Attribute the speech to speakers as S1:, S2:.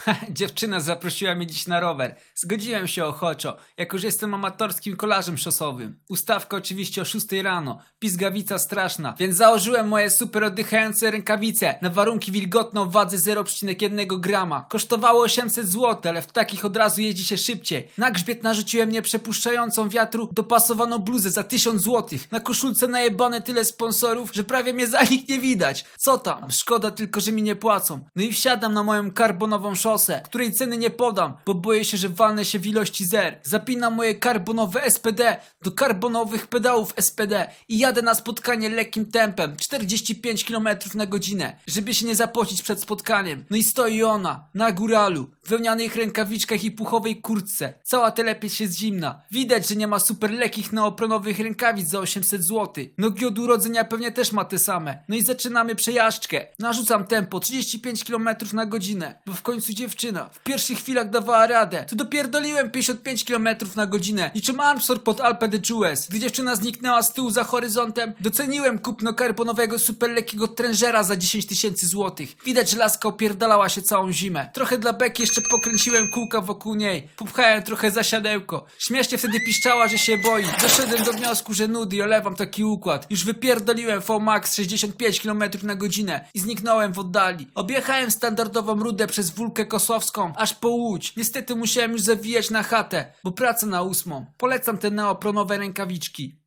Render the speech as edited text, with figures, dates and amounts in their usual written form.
S1: Dziewczyna zaprosiła mnie dziś na rower. Zgodziłem się ochoczo, jako że jestem amatorskim kolarzem szosowym. Ustawka oczywiście o 6 rano, pizgawica straszna, więc założyłem moje super oddychające rękawice na warunki wilgotne o wadze 0,1 grama. Kosztowało 800 zł, ale w takich od razu jeździ się szybciej. Na grzbiet narzuciłem nieprzepuszczającą wiatru dopasowaną bluzę za 1000 zł. Na koszulce najebane tyle sponsorów, że prawie mnie za nich nie widać. Co tam? Szkoda tylko, że mi nie płacą. No i wsiadam na moją karbonową szosę, której ceny nie podam, bo boję się, że walnę się w ilości zer. Zapinam moje karbonowe SPD do karbonowych pedałów SPD i jadę na spotkanie lekkim tempem 45 km na godzinę, żeby się nie zapocić przed spotkaniem. No i stoi ona, na góralu, w wełnianych rękawiczkach i puchowej kurtce. Cała telepieć jest zimna. Widać, że nie ma super lekkich neopronowych rękawic za 800 zł. Nogi od urodzenia pewnie też ma te same. No i zaczynamy przejażdżkę. Narzucam tempo 35 km na godzinę, bo w końcu dziewczyna w pierwszych chwilach dawała radę. To dopierdoliłem 55 km na godzinę, niczym Armstrong pod Alpe d'Huez. Gdy dziewczyna zniknęła z tyłu za horyzontem, doceniłem kupno karbonowego super lekkiego trężera za 10 tysięcy złotych. Widać, że laska opierdalała się całą zimę. Trochę dla beki jeszcze pokręciłem kółka wokół niej. Popchałem trochę za siadełko. Śmiesznie wtedy piszczała, że się boi. Doszedłem do wniosku, że nudy i olewam taki układ. Już wypierdoliłem VMAX 65 km na godzinę i zniknąłem w oddali. Objechałem standardową rudę przez Wólkę Kosowską aż po Łódź. Niestety musiałem już zawijać na chatę, bo praca na 8. Polecam te neopronowe rękawiczki.